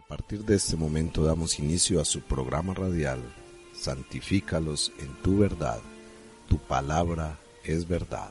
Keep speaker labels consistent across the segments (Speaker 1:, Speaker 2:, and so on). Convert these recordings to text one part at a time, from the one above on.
Speaker 1: partir de este momento damos inicio a su programa radial, Santifícalos en tu verdad, tu palabra es verdad.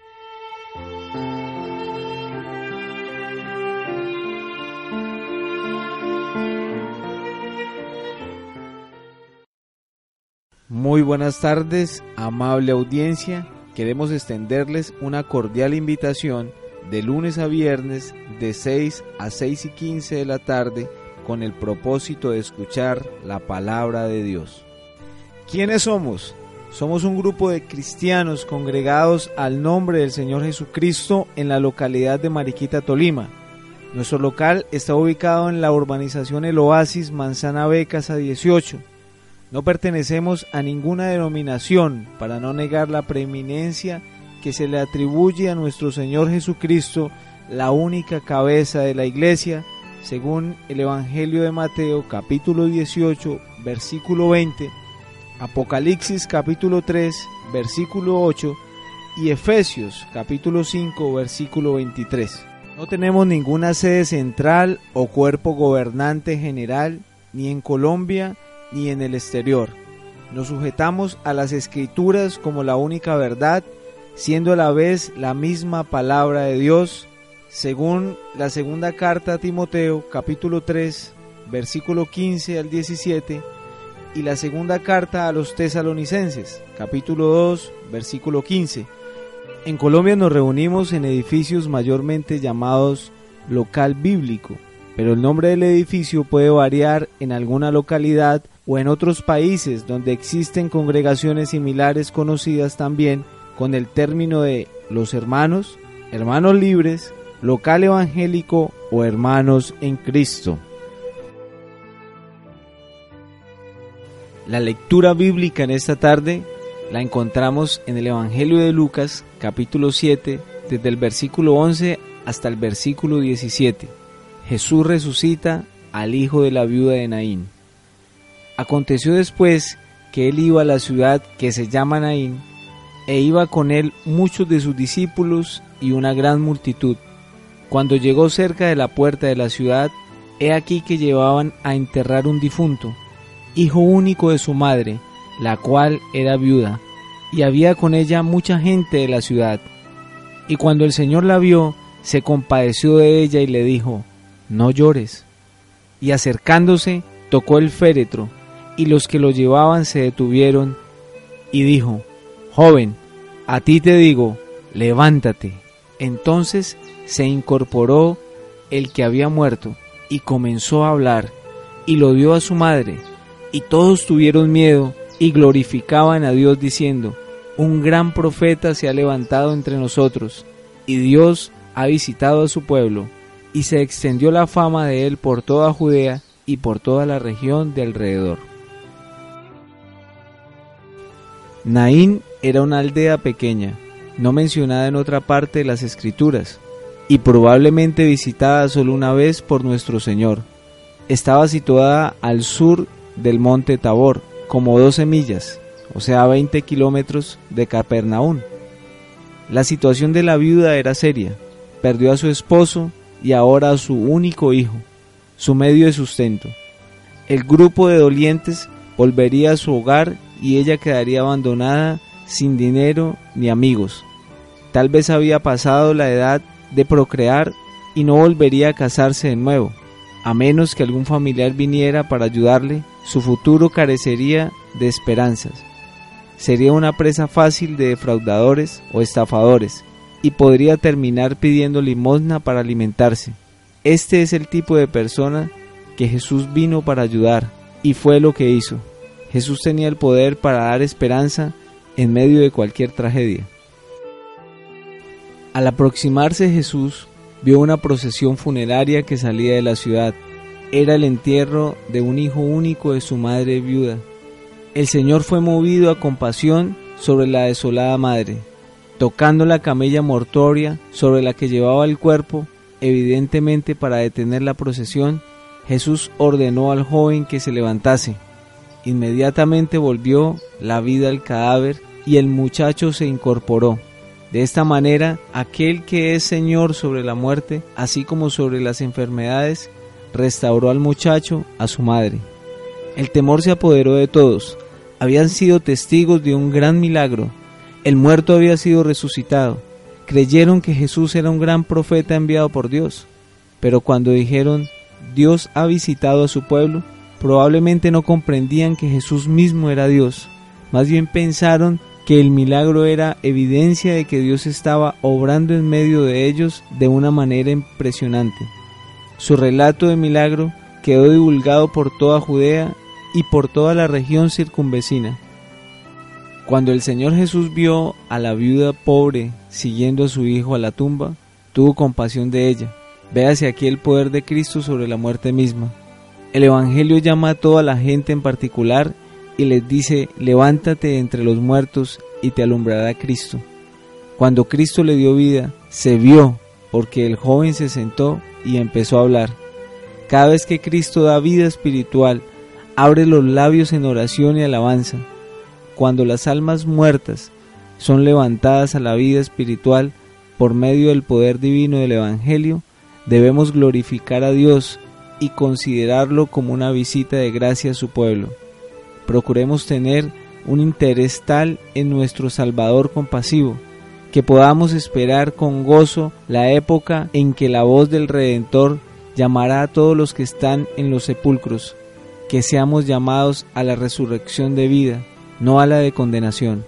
Speaker 2: Muy buenas tardes, amable audiencia. Queremos extenderles una cordial invitación de lunes a viernes de 6 a 6:15 de la tarde con el propósito de escuchar la palabra de Dios. ¿Quiénes somos? Somos un grupo de cristianos congregados al nombre del Señor Jesucristo en la localidad de Mariquita, Tolima. Nuestro local está ubicado en la urbanización El Oasis, Manzana B, Casa 18. No pertenecemos a ninguna denominación para no negar la preeminencia que se le atribuye a nuestro Señor Jesucristo, la única cabeza de la iglesia, según el Evangelio de Mateo, capítulo 18, versículo 20, Apocalipsis, capítulo 3, versículo 8, y Efesios, capítulo 5, versículo 23. No tenemos ninguna sede central o cuerpo gobernante general, ni en Colombia, ni en el exterior. Nos sujetamos a las Escrituras como la única verdad, siendo a la vez la misma palabra de Dios, según la segunda carta a Timoteo, capítulo 3, versículo 15 al 17, y la segunda carta a los Tesalonicenses, capítulo 2, versículo 15. En Colombia nos reunimos en edificios mayormente llamados local bíblico, pero el nombre del edificio puede variar en alguna localidad o en otros países donde existen congregaciones similares conocidas también con el término de los hermanos, hermanos libres, local evangélico o hermanos en Cristo. La lectura bíblica en esta tarde la encontramos en el Evangelio de Lucas, capítulo 7, desde el versículo 11 hasta el versículo 17. Jesús resucita al hijo de la viuda de Naín. Aconteció después que él iba a la ciudad que se llama Naín, e iba con él muchos de sus discípulos y una gran multitud. Cuando llegó cerca de la puerta de la ciudad, he aquí que llevaban a enterrar un difunto, hijo único de su madre, la cual era viuda, y había con ella mucha gente de la ciudad. Y cuando el Señor la vio, se compadeció de ella y le dijo: no llores. Y acercándose, tocó el féretro, y los que lo llevaban se detuvieron, y dijo: joven, a ti te digo, levántate. Entonces se incorporó el que había muerto, y comenzó a hablar, y lo dio a su madre, y todos tuvieron miedo, y glorificaban a Dios diciendo: un gran profeta se ha levantado entre nosotros, y Dios ha visitado a su pueblo. Y se extendió la fama de él por toda Judea y por toda la región de alrededor. Naín era una aldea pequeña, no mencionada en otra parte de las Escrituras, y probablemente visitada solo una vez por nuestro Señor. Estaba situada al sur del monte Tabor, como 12 millas, o sea 20 kilómetros de Capernaum. La situación de la viuda era seria. Perdió a su esposo y ahora a su único hijo, su medio de sustento. El grupo de dolientes volvería a su hogar y ella quedaría abandonada, sin dinero ni amigos. Tal vez había pasado la edad de procrear y no volvería a casarse de nuevo. A menos que algún familiar viniera para ayudarle, su futuro carecería de esperanzas. Sería una presa fácil de defraudadores o estafadores, y podría terminar pidiendo limosna para alimentarse. Este es el tipo de persona que Jesús vino para ayudar, y fue lo que hizo. Jesús tenía el poder para dar esperanza en medio de cualquier tragedia. Al aproximarse Jesús, vio una procesión funeraria que salía de la ciudad. Era el entierro de un hijo único de su madre viuda. El Señor fue movido a compasión sobre la desolada madre. Tocando la camella mortuoria sobre la que llevaba el cuerpo, evidentemente para detener la procesión, Jesús ordenó al joven que se levantase. Inmediatamente volvió la vida al cadáver y el muchacho se incorporó. De esta manera, aquel que es Señor sobre la muerte, así como sobre las enfermedades, restauró al muchacho a su madre. El temor se apoderó de todos. Habían sido testigos de un gran milagro. El muerto había sido resucitado. Creyeron que Jesús era un gran profeta enviado por Dios. Pero cuando dijeron, Dios ha visitado a su pueblo, probablemente no comprendían que Jesús mismo era Dios. Más bien pensaron que el milagro era evidencia de que Dios estaba obrando en medio de ellos de una manera impresionante. Su relato de milagro quedó divulgado por toda Judea y por toda la región circunvecina. Cuando el Señor Jesús vio a la viuda pobre siguiendo a su hijo a la tumba, tuvo compasión de ella. Véase aquí el poder de Cristo sobre la muerte misma. El Evangelio llama a toda la gente en particular y les dice, levántate de entre los muertos y te alumbrará Cristo. Cuando Cristo le dio vida, se vio, porque el joven se sentó y empezó a hablar. Cada vez que Cristo da vida espiritual, abre los labios en oración y alabanza. Cuando las almas muertas son levantadas a la vida espiritual por medio del poder divino del Evangelio, debemos glorificar a Dios y considerarlo como una visita de gracia a su pueblo. Procuremos tener un interés tal en nuestro Salvador compasivo, que podamos esperar con gozo la época en que la voz del Redentor llamará a todos los que están en los sepulcros, que seamos llamados a la resurrección de vida, no a la de condenación.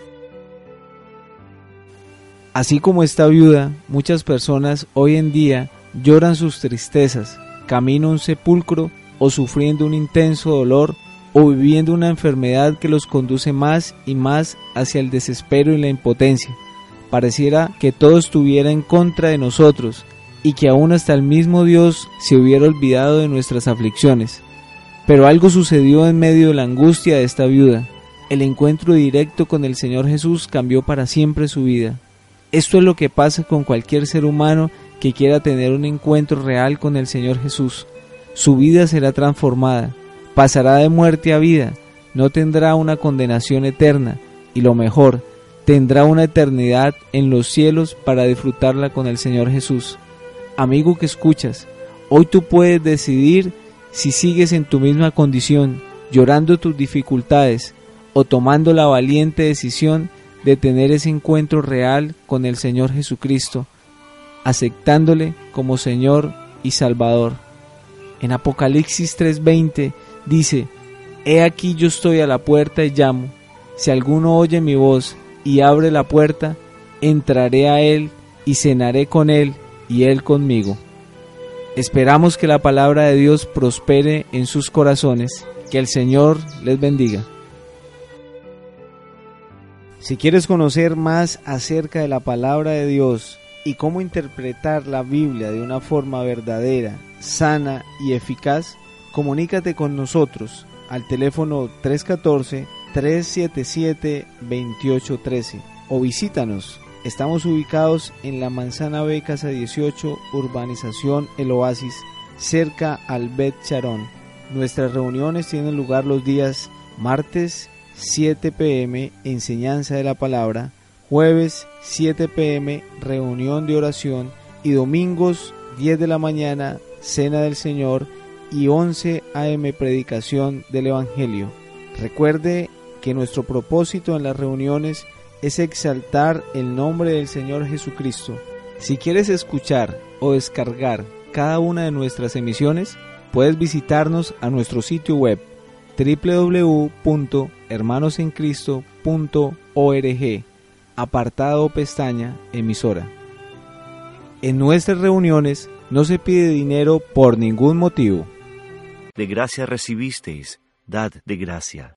Speaker 2: Así como esta viuda, muchas personas hoy en día lloran sus tristezas, camino a un sepulcro o sufriendo un intenso dolor o viviendo una enfermedad que los conduce más y más hacia el desespero y la impotencia. Pareciera que todo estuviera en contra de nosotros y que aún hasta el mismo Dios se hubiera olvidado de nuestras aflicciones. Pero algo sucedió en medio de la angustia de esta viuda. El encuentro directo con el Señor Jesús cambió para siempre su vida. Esto es lo que pasa con cualquier ser humano que quiera tener un encuentro real con el Señor Jesús. Su vida será transformada, pasará de muerte a vida, no tendrá una condenación eterna y lo mejor, tendrá una eternidad en los cielos para disfrutarla con el Señor Jesús. Amigo que escuchas, hoy tú puedes decidir si sigues en tu misma condición, llorando tus dificultades o tomando la valiente decisión de tener ese encuentro real con el Señor Jesucristo, aceptándole como Señor y Salvador. En Apocalipsis 3:20 dice, He aquí yo estoy a la puerta y llamo, si alguno oye mi voz y abre la puerta, entraré a él y cenaré con él y él conmigo. Esperamos que la palabra de Dios prospere en sus corazones, que el Señor les bendiga. Si quieres conocer más acerca de la palabra de Dios y cómo interpretar la Biblia de una forma verdadera, sana y eficaz, comunícate con nosotros al teléfono 314-377-2813 o visítanos. Estamos ubicados en la Manzana B, Casa 18, Urbanización El Oasis, cerca al Bet Charón. Nuestras reuniones tienen lugar los días martes 7 p.m. enseñanza de la palabra, jueves 7 p.m. reunión de oración y domingos 10 de la mañana cena del Señor y 11 a.m. predicación del Evangelio. Recuerde que nuestro propósito en las reuniones es exaltar el nombre del Señor Jesucristo. Si quieres escuchar o descargar cada una de nuestras emisiones, puedes visitarnos a nuestro sitio web www.hermanosencristo.org, apartado pestaña emisora. En nuestras reuniones no se pide dinero por ningún motivo.
Speaker 3: De gracia recibisteis, dad de gracia.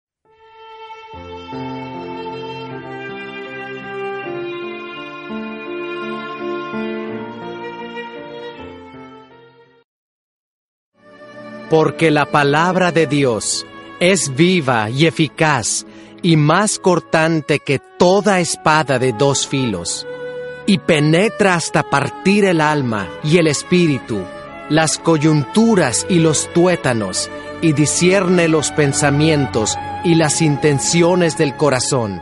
Speaker 4: Porque la palabra de Dios es viva y eficaz y más cortante que toda espada de dos filos, y penetra hasta partir el alma y el espíritu, las coyunturas y los tuétanos, y discierne los pensamientos y las intenciones del corazón.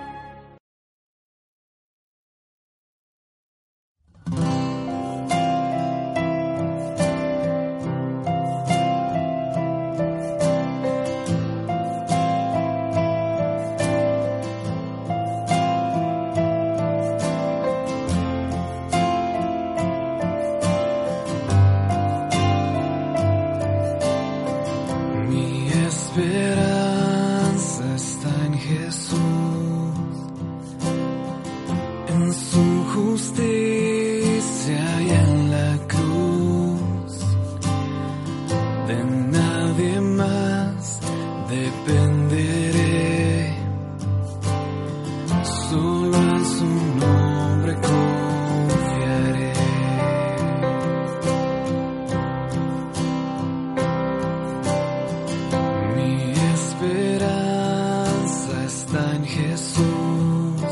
Speaker 5: esperanza está en Jesús, en su justicia y en la cruz. De nadie más dependeré, solo en su nombre confiaré. Mi esperanza está en Jesús,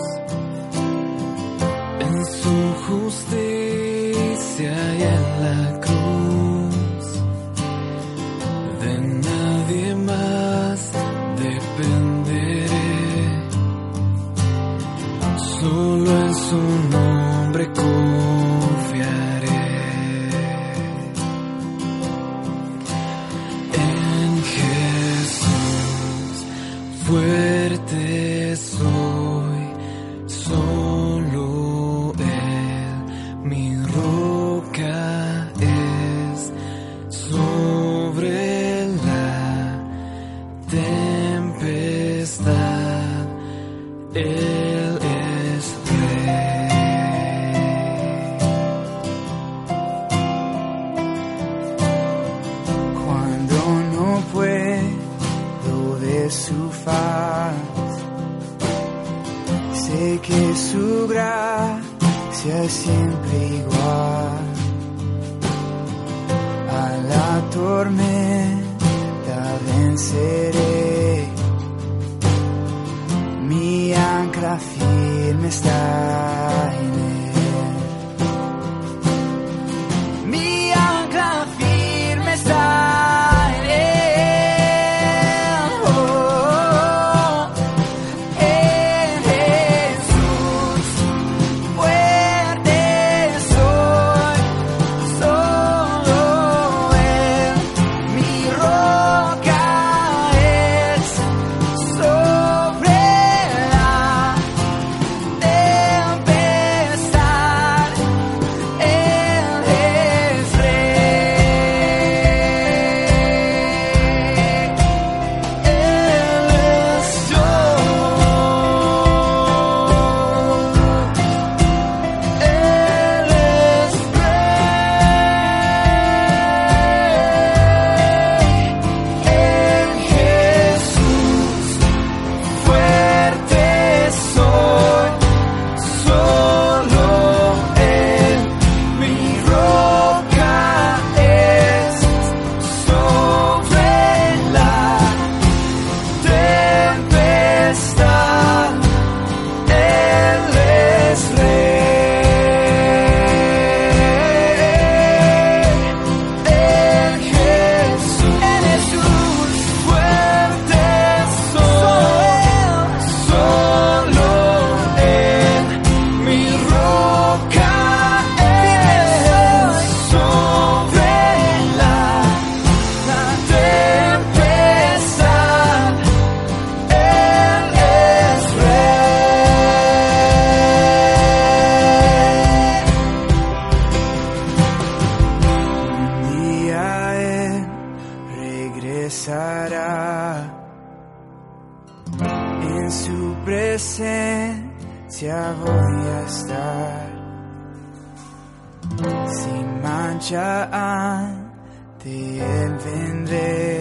Speaker 5: en su justicia y en la cruz. De nadie más dependeré, solo en su nombre confiaré. En Jesús fuerte soy, solo Él mi roca es. Sobre la tempestad Él es Rey.
Speaker 6: Cuando no puedo ver su faz, sé que su gracia es siempre igual. A la tormenta venceré, mi ancla firme está en Él. Mi ancla firme está en Él. Oh, en Jesús fuerte soy, solo Él mi roca es. Sobre la tempestad Él es Rey. Él es Él es Rey. En Jesús fuerte soy, solo Él mi roca es. Sobre la tempestad Él es Rey. En Jesús fuerte soy, solo Él mi roca es. Sobre la tempestad Él es Rey. Un día Él regresará, en su presencia voy a estar, sin mancha ante Él vendré,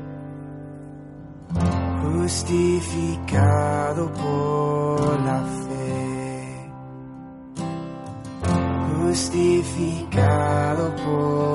Speaker 6: justificado por la fe, justificado por